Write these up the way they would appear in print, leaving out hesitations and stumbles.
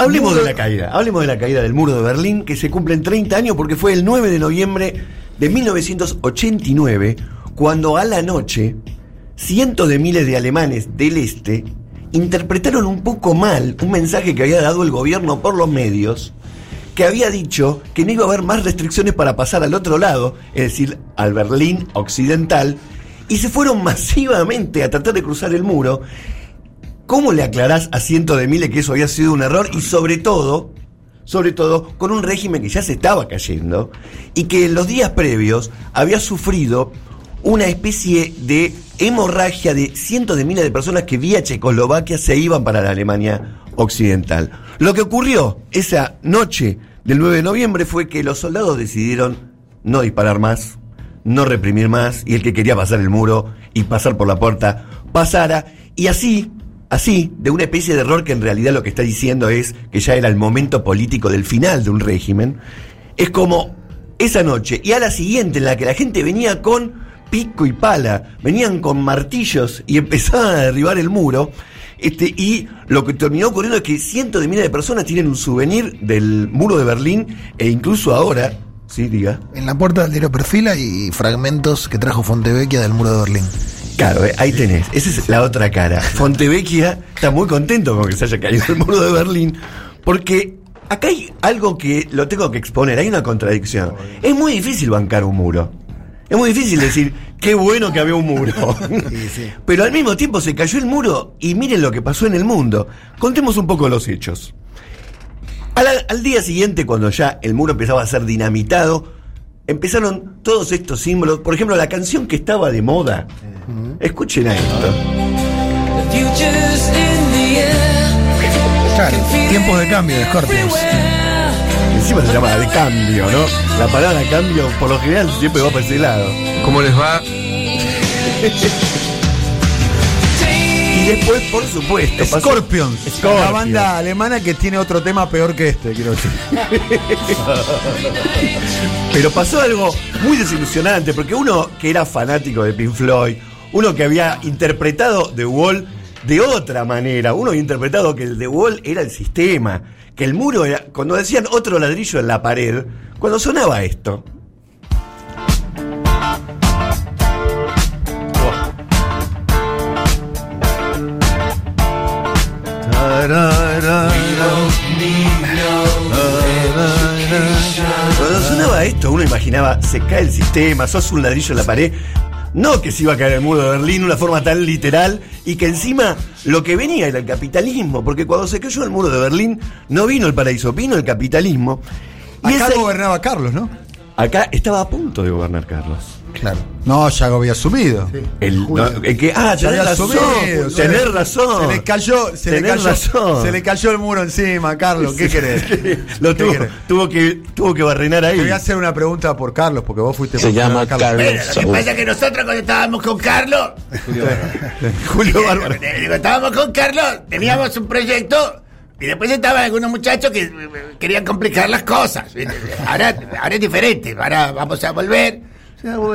Hablemos de la caída del muro de Berlín, que se cumplen 30 años porque fue el 9 de noviembre de 1989, cuando a la noche cientos de miles de alemanes del este interpretaron un poco mal un mensaje que había dado el gobierno por los medios, que había dicho que no iba a haber más restricciones para pasar al otro lado, es decir, al Berlín occidental, y se fueron masivamente a tratar de cruzar el muro. ¿Cómo le aclarás a cientos de miles que eso había sido un error? Y sobre todo, con un régimen que ya se estaba cayendo y que en los días previos había sufrido una especie de hemorragia de cientos de miles de personas que vía Checoslovaquia se iban para la Alemania occidental. Lo que ocurrió esa noche del 9 de noviembre fue que los soldados decidieron no disparar más, no reprimir más, y el que quería pasar el muro y pasar por la puerta, pasara, y así, de una especie de error que en realidad lo que está diciendo es que ya era el momento político del final de un régimen, es como esa noche, y a la siguiente en la que la gente venía con pico y pala, venían con martillos y empezaban a derribar el muro, y lo que terminó ocurriendo es que cientos de miles de personas tienen un souvenir del muro de Berlín, e incluso ahora, sí, diga. En la puerta del diario Perfil hay fragmentos que trajo Fontevecchia del muro de Berlín. Claro, ahí tenés, esa es la otra cara. Fontevecchia está muy contento con que se haya caído el muro de Berlín, porque acá hay algo que lo tengo que exponer, hay una contradicción. Es muy difícil bancar un muro. Es muy difícil decir, qué bueno que había un muro. Sí. Pero al mismo tiempo se cayó el muro y miren lo que pasó en el mundo. Contemos un poco los hechos. Al día siguiente, cuando ya el muro empezaba a ser dinamitado, empezaron todos estos símbolos. Por ejemplo, la canción que estaba de moda. Escuchen a esto. Claro, tiempos de cambio de Scorpions. Encima se llama de cambio, ¿no? La palabra cambio, por lo general, siempre va para ese lado. ¿Cómo les va? Y después, por supuesto, Scorpions, una banda alemana que tiene otro tema peor que este, quiero decir. Pero pasó algo muy desilusionante, porque uno que era fanático de Pink Floyd, uno que había interpretado The Wall de otra manera, uno había interpretado que el The Wall era el sistema, que el muro era, cuando decían otro ladrillo en la pared, cuando sonaba esto. Cuando sonaba esto, uno imaginaba, se cae el sistema, sos un ladrillo en la pared. No que se iba a caer el muro de Berlín de una forma tan literal, y que encima lo que venía era el capitalismo, porque cuando se cayó el muro de Berlín no vino el paraíso, vino el capitalismo. Y acá gobernaba Carlos, ¿no? Acá estaba a punto de gobernar Carlos. Claro. No, ya lo había asumido. Sí. Tenés razón. Se le cayó el muro encima, Carlos. ¿Qué querés? Tuvo que barrenar ahí. Te voy a hacer una pregunta por Carlos, porque vos fuiste. Se llama Carlos. Lo que pasa es que nosotros cuando estábamos con Carlos, Julio Bárbaro. Estábamos con Carlos, teníamos un proyecto. Y después estaban algunos muchachos que querían complicar las cosas. Ahora es diferente. Ahora vamos a volver. Se da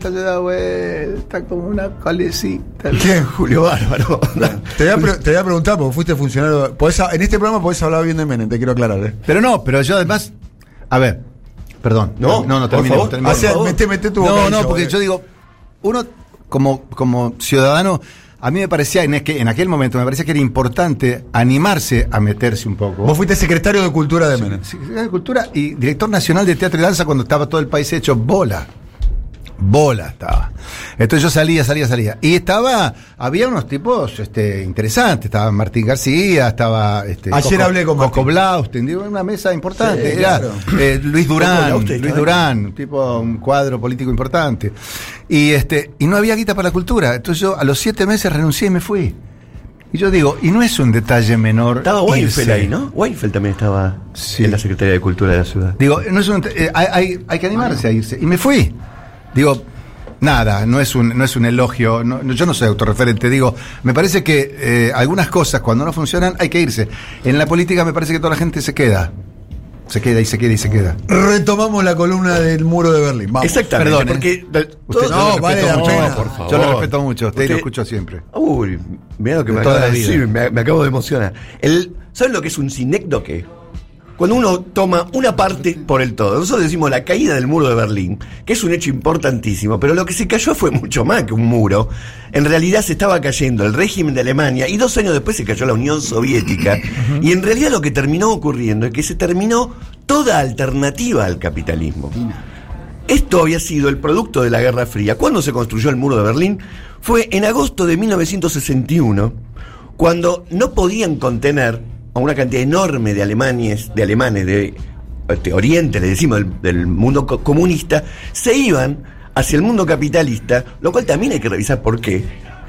vuelta como una colecita. ¿Quién? Julio Bárbaro. Te voy a preguntar, porque fuiste funcionario. En este programa podés hablar bien de Menem, te quiero aclarar. Pero yo además. A ver, perdón. No, terminemos. Mete tu boca. No, porque yo digo, uno como ciudadano. A mí me parecía, en aquel momento, me parecía que era importante animarse a meterse un poco. Vos fuiste secretario de Cultura de Menem. Secretario de Cultura y director nacional de Teatro y Danza cuando estaba todo el país hecho bola estaba. Entonces yo salía. Y había unos tipos interesantes. Estaba Martín García, estaba ayer hablé con Coco Blaustein, una mesa importante. Sí, era claro. Luis Durán, un cuadro político importante. Y no había guita para la cultura. Entonces yo a los 7 meses renuncié y me fui. Y yo digo, y no es un detalle menor. Estaba Weinfeld ahí, ¿no? Weinfeld también estaba en la Secretaría de Cultura de la ciudad. Digo, no es hay que animarse a irse. Y me fui. Digo, nada, no es un elogio, yo no soy autorreferente, digo, me parece que algunas cosas cuando no funcionan hay que irse. En la política me parece que toda la gente se queda. Retomamos la columna del muro de Berlín. Vamos. Exactamente. Perdón, porque vale la pena, por favor. Yo lo respeto mucho, usted lo escucho siempre. Uy, mira lo que me acabo de decir, me acabo de emocionar. ¿Saben lo que es un sinécdoque? Cuando uno toma una parte por el todo. Nosotros decimos la caída del muro de Berlín, que es un hecho importantísimo, pero lo que se cayó fue mucho más que un muro. En realidad se estaba cayendo el régimen de Alemania y 2 años después se cayó la Unión Soviética. Y en realidad lo que terminó ocurriendo es que se terminó toda alternativa al capitalismo. Esto había sido el producto de la Guerra Fría. ¿Cuándo se construyó el muro de Berlín? Fue en agosto de 1961, cuando no podían contener a una cantidad enorme de alemanes de Oriente, le decimos, del mundo comunista, se iban hacia el mundo capitalista, lo cual también hay que revisar por qué.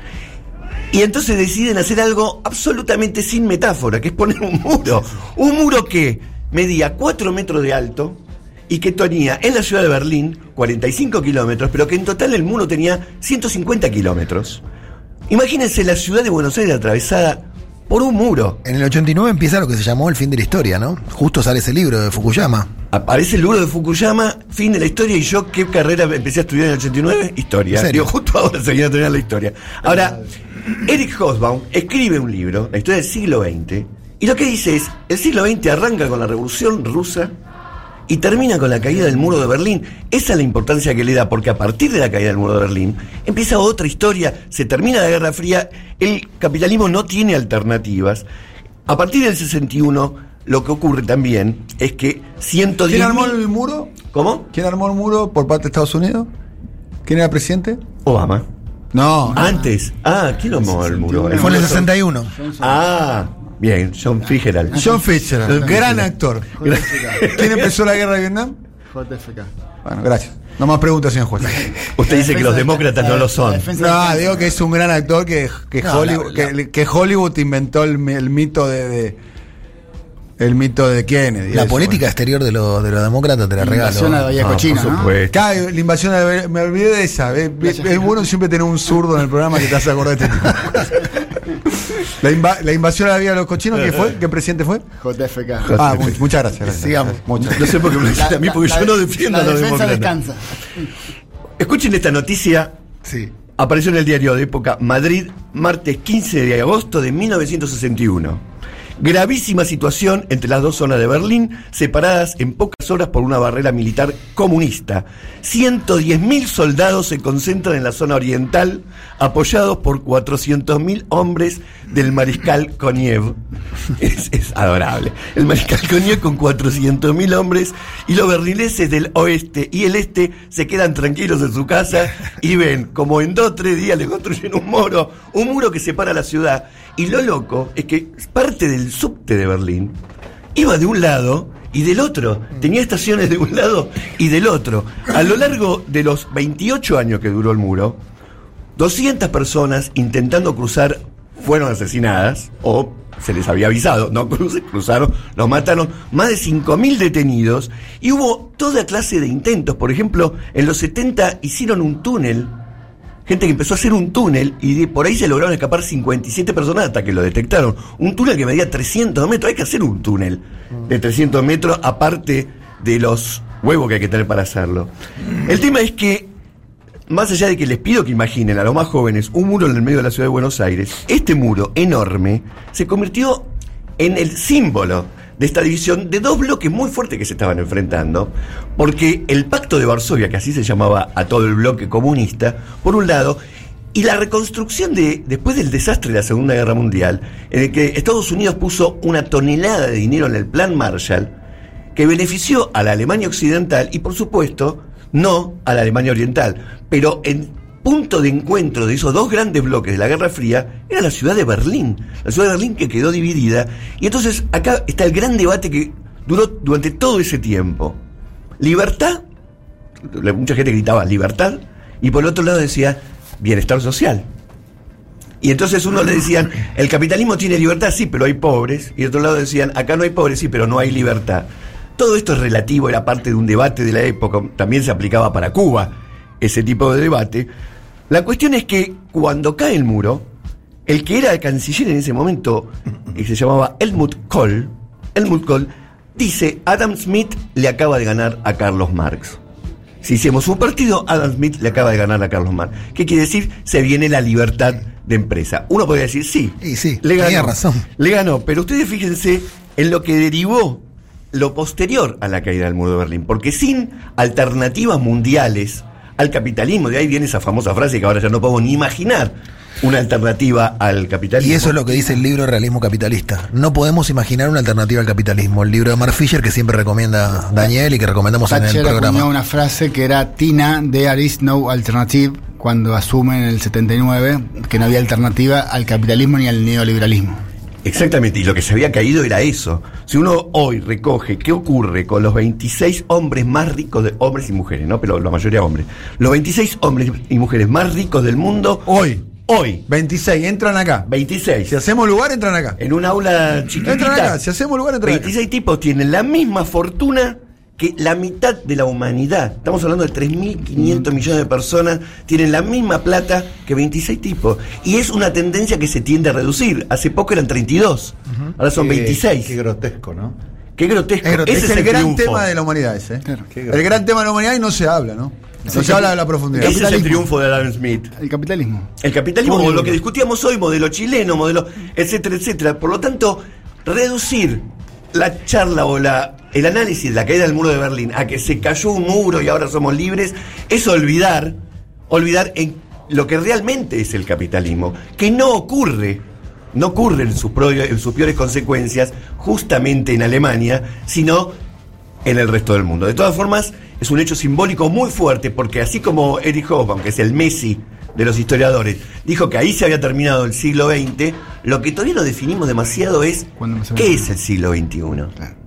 Y entonces deciden hacer algo absolutamente sin metáfora, que es poner un muro que medía 4 metros de alto y que tenía en la ciudad de Berlín 45 kilómetros, pero que en total el muro tenía 150 kilómetros. Imagínense la ciudad de Buenos Aires atravesada por un muro. En el 89 empieza lo que se llamó el fin de la historia, ¿no? Justo sale ese libro de Fukuyama. Aparece el libro de Fukuyama, fin de la historia, y yo, ¿qué carrera empecé a estudiar en el 89? Historia. ¿En serio? Digo, justo ahora seguía a tener la historia. Ahora, Eric Hobsbawm escribe un libro, la historia del siglo XX, y lo que dice es, el siglo XX arranca con la Revolución Rusa y termina con la caída del muro de Berlín. Esa es la importancia que le da, porque a partir de la caída del muro de Berlín empieza otra historia, se termina la Guerra Fría, el capitalismo no tiene alternativas. A partir del 61, lo que ocurre también es que 110.000... ¿Quién armó el muro? ¿Cómo? ¿Quién armó el muro por parte de Estados Unidos? ¿Quién era presidente? Obama. No. Antes. ¿Quién armó el muro? Fue en el 61. Bien, John Fitzgerald. John Fitzgerald, gran actor. ¿Quién empezó la guerra de Vietnam? JFK. Bueno, gracias. No más preguntas, señor juez. Usted dice que los demócratas no lo son. No, digo que es un gran actor que Hollywood inventó el mito el mito de Kennedy. La política exterior de los demócratas te la regalo. Invasión a la Bahía Cochina, por ¿no? supuesto. Claro, la invasión a la, me olvidé de esa. Es bueno siempre tener un zurdo en el programa que te hace acordar de este tipo. La invasión a la Bahía de los Cochinos, ¿qué fue? ¿Qué presidente fue? JFK. Muchas gracias. Sigamos. No sé por qué me decís a mí, porque yo no defiendo a los defensa demócratas. descansa. Escuchen esta noticia. Sí. Apareció en el diario de época Madrid, martes 15 de agosto de 1961. Gravísima situación entre las dos zonas de Berlín, separadas en pocas horas por una barrera militar comunista. 110.000 soldados se concentran en la zona oriental, apoyados por 400.000 hombres del mariscal Koniev. Es adorable. El mariscal Koniev con 400.000 hombres, y los berlineses del oeste y el este se quedan tranquilos en su casa y ven como en 2 o 3 días le construyen un muro que separa la ciudad. Y lo loco es que parte del subte de Berlín iba de un lado y del otro. Tenía estaciones de un lado y del otro. A lo largo de los 28 años que duró el muro, 200 personas intentando cruzar fueron asesinadas, o se les había avisado, no cruzaron, los mataron, más de 5.000 detenidos, y hubo toda clase de intentos. Por ejemplo, en los 70 hicieron un túnel. Gente que empezó a hacer un túnel y por ahí se lograron escapar 57 personas hasta que lo detectaron. Un túnel que medía 300 metros. Hay que hacer un túnel de 300 metros aparte de los huevos que hay que tener para hacerlo. El tema es que, más allá de que les pido que imaginen a los más jóvenes un muro en el medio de la ciudad de Buenos Aires, este muro enorme se convirtió en el símbolo de esta división de 2 bloques muy fuertes que se estaban enfrentando, porque el Pacto de Varsovia, que así se llamaba a todo el bloque comunista, por un lado, y la reconstrucción después del desastre de la Segunda Guerra Mundial, en el que Estados Unidos puso 1 tonelada de dinero en el Plan Marshall, que benefició a la Alemania Occidental y, por supuesto, no a la Alemania Oriental. Pero en punto de encuentro de esos 2 grandes bloques de la Guerra Fría era la ciudad de Berlín. La ciudad de Berlín que quedó dividida. Y entonces acá está el gran debate que duró durante todo ese tiempo. Libertad, mucha gente gritaba libertad, y por el otro lado decía bienestar social. Y entonces uno le decían, el capitalismo tiene libertad, sí, pero hay pobres. Y del otro lado decían, acá no hay pobres, sí, pero no hay libertad. Todo esto es relativo, era parte de un debate de la época. También se aplicaba para Cuba ese tipo de debate. La cuestión es que cuando cae el muro, el que era el canciller en ese momento, y se llamaba Helmut Kohl, dice, Adam Smith le acaba de ganar a Carlos Marx. Si hicimos un partido, Adam Smith le acaba de ganar a Carlos Marx. ¿Qué quiere decir? Se viene la libertad de empresa. Uno podría decir, sí, Y sí, le tenía ganó, razón. le ganó, pero ustedes fíjense en lo que derivó lo posterior a la caída del muro de Berlín, porque sin alternativas mundiales al capitalismo, de ahí viene esa famosa frase que ahora ya no podemos ni imaginar una alternativa al capitalismo. Y eso es lo que dice el libro Realismo Capitalista. No podemos imaginar una alternativa al capitalismo. El libro de Mark Fisher que siempre recomienda Daniel y que recomendamos en el Thatcher programa. acuñó una frase que era Tina, there is no alternative, cuando asume en el 79 que no había alternativa al capitalismo ni al neoliberalismo. Exactamente, y lo que se había caído era eso. Si uno hoy recoge qué ocurre con los 26 hombres más ricos, de hombres y mujeres, ¿no? Pero la mayoría hombres. Los 26 hombres y mujeres más ricos del mundo, Hoy, hoy, 26, entran acá. 26. Si hacemos lugar, entran acá. En un aula chiquitita. Entran acá, si hacemos lugar, entran acá. 26 tipos tienen la misma fortuna que la mitad de la humanidad. Estamos hablando de 3.500 millones de personas, tienen la misma plata que 26 tipos. Y es una tendencia que se tiende a reducir. Hace poco eran 32, ahora son 26. Qué grotesco, ¿no? Qué grotesco. Es Es el gran triunfo. tema de la humanidad ese. Claro. El gran tema de la humanidad y no se habla, ¿no? No se habla de la profundidad. Ese es el Capitalismo. triunfo de Adam Smith. El capitalismo. El capitalismo, Puro o y lo duro. que discutíamos hoy, modelo chileno, modelo, etcétera, etcétera. Por lo tanto, reducir la charla o el análisis de la caída del muro de Berlín a que se cayó un muro y ahora somos libres, es olvidar en lo que realmente es el capitalismo, que no ocurre en sus peores consecuencias justamente en Alemania, sino en el resto del mundo. De todas formas, es un hecho simbólico muy fuerte, porque así como Erich Hobsbawm, que es el Messi de los historiadores, dijo que ahí se había terminado el siglo XX, lo que todavía no definimos demasiado es ¿Cuándo empezó? ¿qué es el siglo XXI? Claro.